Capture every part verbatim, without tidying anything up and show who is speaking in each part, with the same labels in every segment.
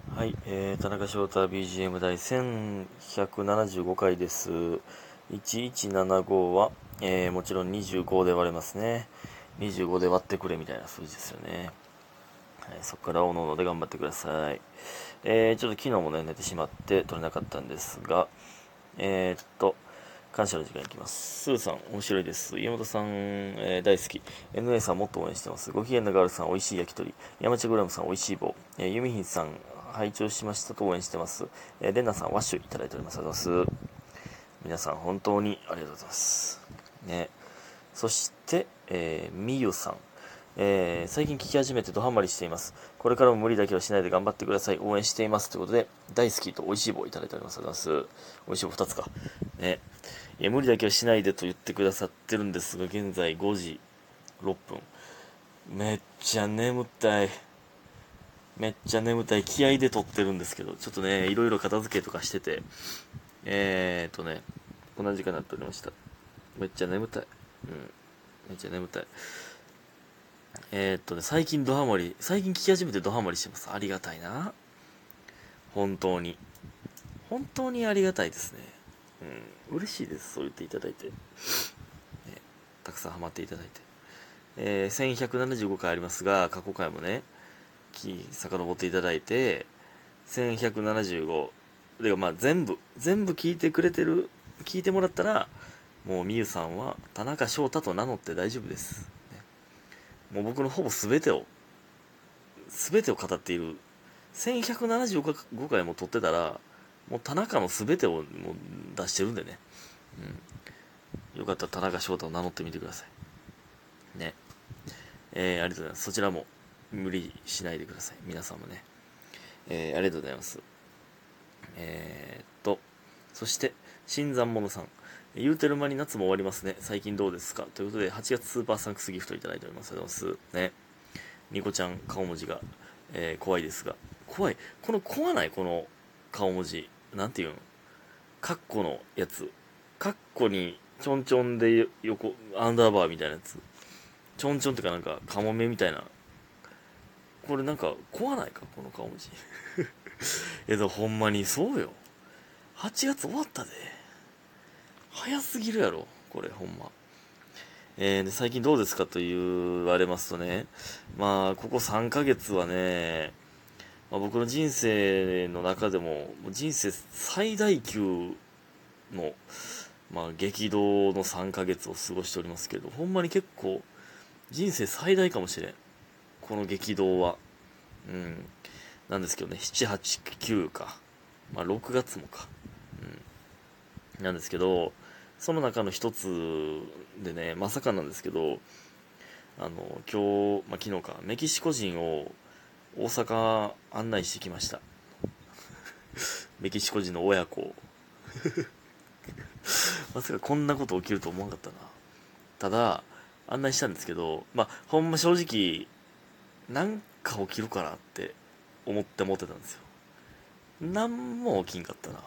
Speaker 1: はい、えー、田中翔太 ビージーエム 第せんひゃくななじゅうごかいです。いちいちななごは、えー、もちろんにじゅうごで割れますね。にじゅうごで割ってくれみたいな数字ですよね。はい、そこからおのおので頑張ってください。えー、ちょっと昨日もね、寝てしまって取れなかったんですが、えー、っと、感謝の時間いきます。スーさん、面白いです。家元さん、えー大好き。エヌエー さん、もっと応援してます。ご機嫌なガールさん、美味しい焼き鳥。山地グラムさん、美味しい棒。えー、ユミヒンさん、拝聴しましたと応援してます。えー、レンナさん、ワッシュいただいております。ありがとうございます。皆さん、本当にありがとうございます。ね。そして、えー、みゆさん。えー最近聞き始めてドハマりしています。これからも無理だけはしないで頑張ってください。応援しています。ということで、大好きと美味しい棒をいただいております。ありがとうございます。美味しい棒ふたつか。ね。いや、無理だけはしないでと言ってくださってるんですが、現在ごじろっぷん。めっちゃ眠たい。めっちゃ眠たい。気合で撮ってるんですけど、ちょっとね、いろいろ片付けとかしてて、えーとね、こんな時間になっておりました。めっちゃ眠たい。うん。めっちゃ眠たい。えーっとね、最近ドハマり、最近聞き始めてドハマりしてます。ありがたいな。本当に。本当にありがたいですね。うん。嬉しいです。そう言っていただいて。ね、たくさんハマっていただいて。えー、せんひゃくななじゅうごかいありますが、過去回もね、き遡っていただいて、せんひゃくななじゅうご、でまあ全部、全部聞いてくれてる、聞いてもらったら、もうみゆさんは田中翔太と名乗って大丈夫です。ね、もう僕のほぼ全てを、全てを語っている。せんひゃくななじゅうごかいも撮ってたら、もう田中の全てをもう出してるんでね。うん。よかったら田中翔太を名乗ってみてください。ね。えー、ありがとうございます。そちらも無理しないでください。皆さんもね。えー、ありがとうございます。えー、っと、そして、新参者さん。言うてる間に夏も終わりますね。最近どうですかということで、はちがつスーパーサンクスギフトいただいております。ありがとうございます。ね。ニコちゃん顔文字が、えー、怖いですが。怖い。この怖ないこの顔文字。なんていうんカッコのやつ。カッコにちょんちょんで横、アンダーバーみたいなやつ。ちょんちょんってかなんか、カモメみたいな。これなんか、怖ないかこの顔文字。えど、ほんまにそうよ。はちがつ終わったで。早すぎるやろ。これ、ほんま。えー、で、最近どうですかと言われますとね。まあ、ここさんかげつはね、まあ、僕の人生の中でも、人生最大級の、まあ、激動のさんかげつを過ごしておりますけれど、ほんまに結構、人生最大かもしれん。この激動は。うん。なんですけどね、なな、はち、きゅうか。まあ、ろくがつもか。うん。なんですけど、その中の一つでね、まさかなんですけど、あの、今日、まあ、昨日か、メキシコ人を大阪案内してきました。メキシコ人の親子を。まさかこんなこと起きると思わなかったな。ただ、案内したんですけど、まあ、ほんま正直、なんか起きるかなって思って思ってたんですよ。なんも起きんかったな。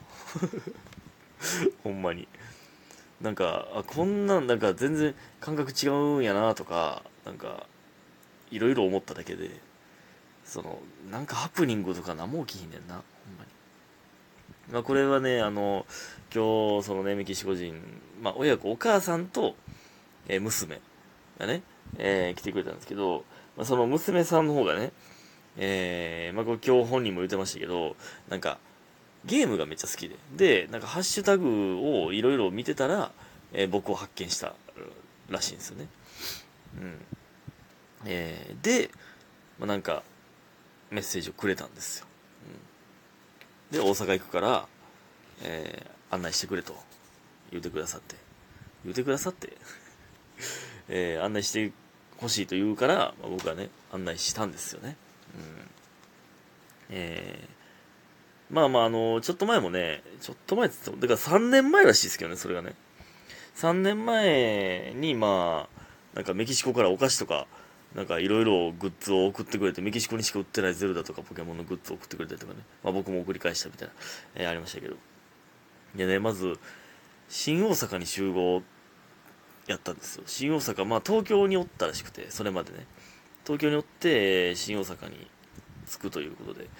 Speaker 1: ほんまに。なんか、あ、こんなん、なんか全然感覚違うんやなとか、なんか、いろいろ思っただけで、その、なんかハプニングとか何も起きひんねんな。ほんまに。まあ、これはね、あの、今日、そのね、メキシコ人、まあ、親子、お母さんと、えー娘がね、えー来てくれたんですけど、まあ、その娘さんの方がね、えー、まあ、これ今日本人も言ってましたけど、なんか、ゲームがめっちゃ好きで、で、なんかハッシュタグをいろいろ見てたら、えー僕を発見したらしいんですよね。うん。えーで、まあ、なんか、メッセージをくれたんですよ。で、大阪行くから、えー案内してくれと言ってくださって。言ってくださって、えー案内してほしいと言うから、まあ、僕はね、案内したんですよね。うん。えーまあまあ、あの、ちょっと前もね、ちょっと前って言っても、だからさんねんまえらしいですけどね、それがね。さんねんまえに、まあ、なんかメキシコからお菓子とか、なんかいろいろグッズを送ってくれて、メキシコにしか売ってないゼルダとかポケモンのグッズを送ってくれたりとかね。まあ僕も送り返したみたいな、えーありましたけど。でね、まず、新大阪に集合やったんですよ。新大阪、まあ東京におったらしくて、それまでね。東京におって、新大阪に着くということで。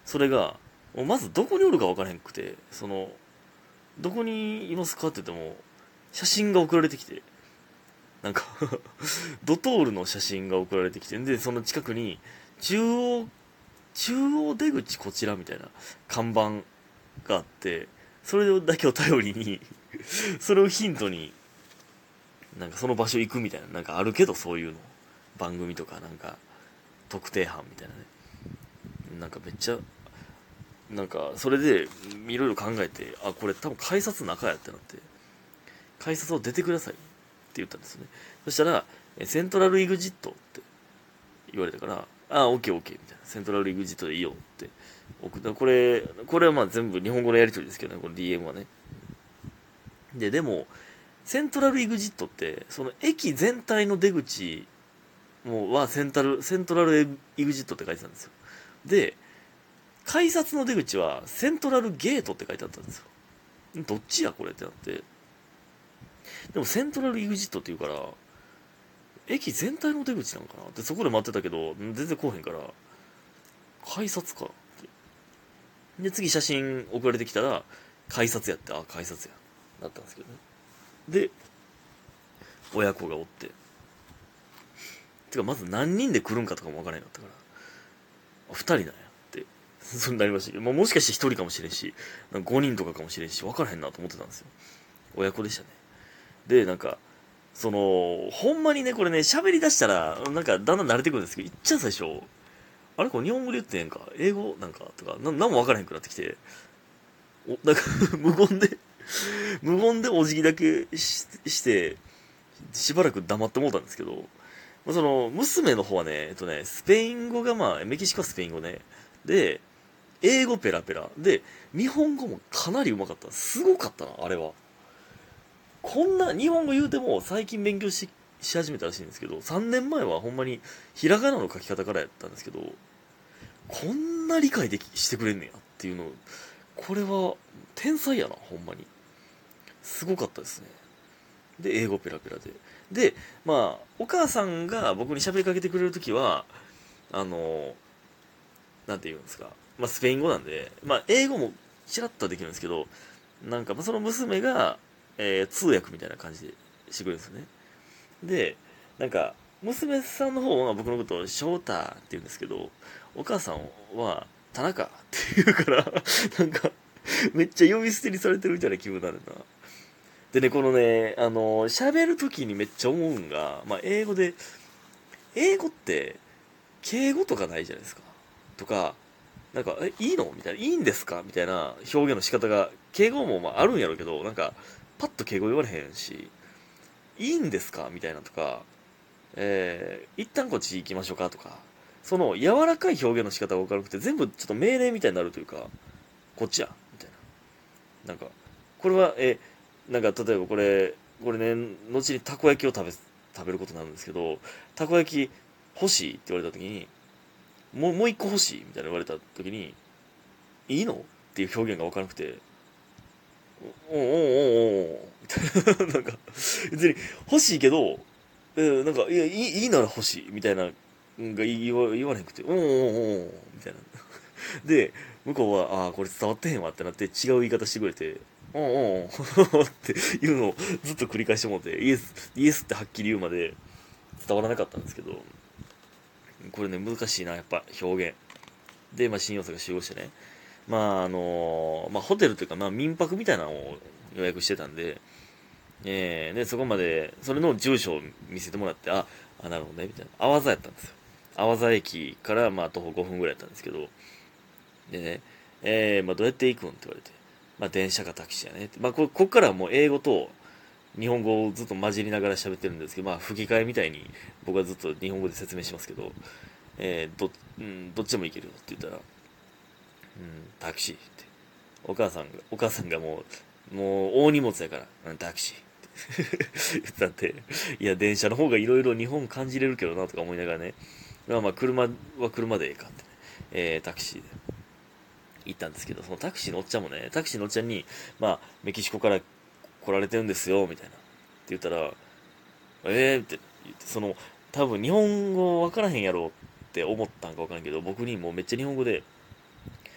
Speaker 1: それが、もうまずどこにおるか分からへんくて、その、どこにいますかって言っても、写真が送られてきて、なんかドトールの写真が送られてきて、で、その近くに、中央、中央出口こちらみたいな看板があって、それだけを頼りにそれをヒントに、なんかその場所行くみたいな、なんかあるけどそういうの。番組とかなんか、特定班みたいなね。なんかめっちゃ、なんかそれでいろいろ考えて、あ、これ多分改札の中やってなって、改札を出てくださいって言ったんですよね。そしたら、セントラルイグジットって言われたから、あ、オッケーオッケーみたいな。セントラルイグジットでいいよって送った。これ、これはまあ全部日本語のやり取りですけどね、この ディーエム はね。で、でも、セントラルイグジットって、その駅全体の出口もうはセンタル、セントラルイグジットって書いてたんですよ。で、改札の出口はセントラルゲートって書いてあったんですよ。どっちやこれってなって。でもセントラルイグジットって言うから、駅全体の出口なんかなって、そこで待ってたけど、全然来おへんから、改札かって。で、次写真送られてきたら、改札やって、あ、改札や。なったんですけどね。で、親子がおって。てか、まず何人で来るんかとかもわからなかったから、二人なんやって、そうなりましたけど、まあ、もしかして一人かもしれんし、五人とかかもしれんし、わからへんなと思ってたんですよ。親子でしたね。で、なんか、その、ほんまにね、これね、喋り出したら、なんか、だんだん慣れてくるんですけど、いっちゃ最初、あれこれ日本語で言ってへんか英語なんかとか、な、なんもわからへんくなってきて、お、なんか無言で無言でお辞儀だけし、して、しばらく黙ってもうたんですけど、その、娘の方はね、えっとね、スペイン語がまあ、メキシコはスペイン語ね。で、英語ペラペラ。で、日本語もかなり上手かった。すごかったな、あれは。こんな、日本語言うても最近勉強し、し始めたらしいんですけど、さんねんまえはほんまにひらがなの書き方からやったんですけど、こんな理解でき、してくれんねやっていうの、これは天才やな、ほんまに。すごかったですね。で、英語ペラペラで。で、まあ、お母さんが僕に喋りかけてくれるときは、あの、なんて言うんですか。まあ、スペイン語なんで、まあ、英語もちらっとはできるんですけど、なんか、その娘が、えー通訳みたいな感じでしてくれるんですよね。で、なんか、娘さんの方は僕のことを翔太って言うんですけど、お母さんは田中って言うから、なんか、めっちゃ呼び捨てにされてるみたいな気分になるな。でね、このね、あの、喋るときにめっちゃ思うんが、まあ、英語で、英語って、敬語とかないじゃないですか。とか、なんか、え、いいのみたいな、いいんですかみたいな表現の仕方が、敬語もまああるんやろうけど、なんか、パッと敬語言われへんし、いいんですかみたいなとか、えー、一旦こっち行きましょうかとか、その柔らかい表現の仕方が分からなくて、全部ちょっと命令みたいになるというか、こっちやみたいな。なんか、これは、え、なんか例えばこれ、これね、後にたこ焼きを食べ、食べることになるんですけど、たこ焼き欲しいって言われた時に、もう、もう一個欲しいみたいな言われた時に、いいのっていう表現が分からなくて、おおおおおおみたいな、なんか、別に欲しいけど、えーなんか、いや、いい、いいなら欲しい、みたいな、が言わ言われへんくて、おおおおおみたいな。で、向こうは、ああ、これ伝わってへんわってなって違う言い方してくれて、おおおおっていうのをずっと繰り返してもって、イエス、イエスってはっきり言うまで伝わらなかったんですけど、これね、難しいな、やっぱ表現。で、まあ、新要素が集合してね。まあ、あのまあ、ホテルというか、まあ、民泊みたいなのを予約してたんで、えー、で、そこまで、それの住所を見せてもらって、あ、あ、なるほどね、みたいな。阿波座やったんですよ。阿波座駅から、まあ、徒歩ごふんぐらいやったんですけど、でね、えー、まあ、どうやって行くんって言われて、まあ、電車かタクシーやねって。まあ、こ、こっからはもう英語と日本語をずっと混じりながら喋ってるんですけど、まあ、吹き替えみたいに僕はずっと日本語で説明しますけど、えー、ど、うん、どっちでも行けるよって言ったら、うん、タクシーって。お母さんが、お母さんがもう、もう大荷物やから、うん、タクシーって言ってたんで、いや、電車の方がいろいろ日本感じれるけどなとか思いながらね、まあまあ、車は車でええかってね、えー、タクシーで行ったんですけど、そのタクシーのおっちゃんもね、タクシーのおっちゃんに、まあ、メキシコから来られてるんですよ、みたいな。って言ったら、えーって言って、その、多分日本語分からへんやろって思ったんか分からんけど、僕にもうめっちゃ日本語で、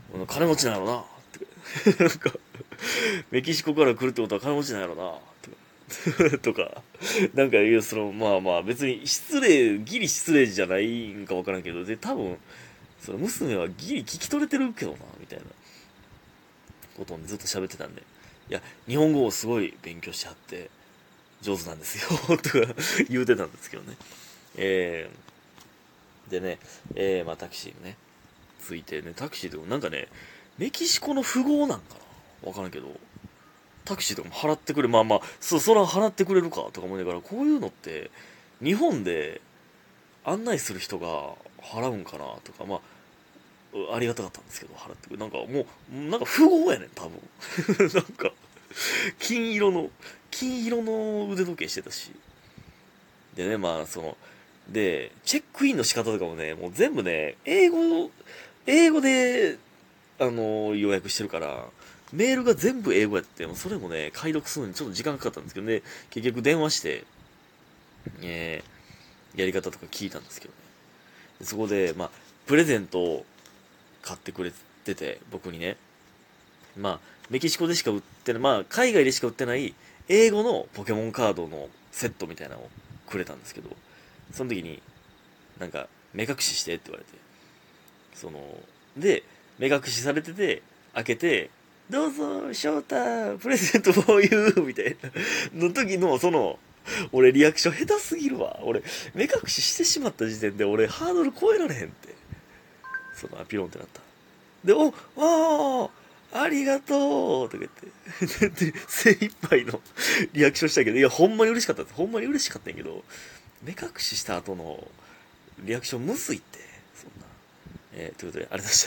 Speaker 1: 金持ちなんやろななんかメキシコから来るってことは金持ちなんやろなとかなんかいうそのまあまあ別に失礼ギリ失礼じゃないんか分からんけど、で多分その娘はギリ聞き取れてるけどなみたいなことをずっと喋ってたんで、いや日本語をすごい勉強しはって上手なんですよとか言うてたんですけどね。えー、でね、えー、まあタクシーにねついてね、タクシーでもなんかねメキシコの富豪なんかな分からんけど、タクシーとかも払ってくれ、まあまあそそら払ってくれるかとか思いながら、こういうのって日本で案内する人が払うんかなとか、まあありがたかったんですけど、払ってくれ、なんかもうなんか富豪やねん多分なんか金色の金色の腕時計してたし、でね、まあそのでチェックインの仕方とかもね、もう全部ね英語英語であの予約してるから、メールが全部英語やって、もうそれもね解読するのにちょっと時間かかったんですけどね、結局電話して、えー、やり方とか聞いたんですけどね、でそこでまあプレゼントを買ってくれてて、僕にね、まあメキシコでしか売ってない、まあ海外でしか売ってない英語のポケモンカードのセットみたいなのをくれたんですけど、その時になんか目隠ししてって言われて、そので目隠しされてて開けて、どうぞ翔太プレゼント for you みたいなの時のその俺リアクション下手すぎるわ。俺目隠ししてしまった時点で俺ハードル超えられへんって、そのピロンってなった。で、おああありがとうとか言ってで精一杯のリアクションしたけど、いやほんまに嬉しかったです。ほんまに嬉しかったんやけど、目隠しした後のリアクションむずいって、そんな。えー、ということでありがとうございました。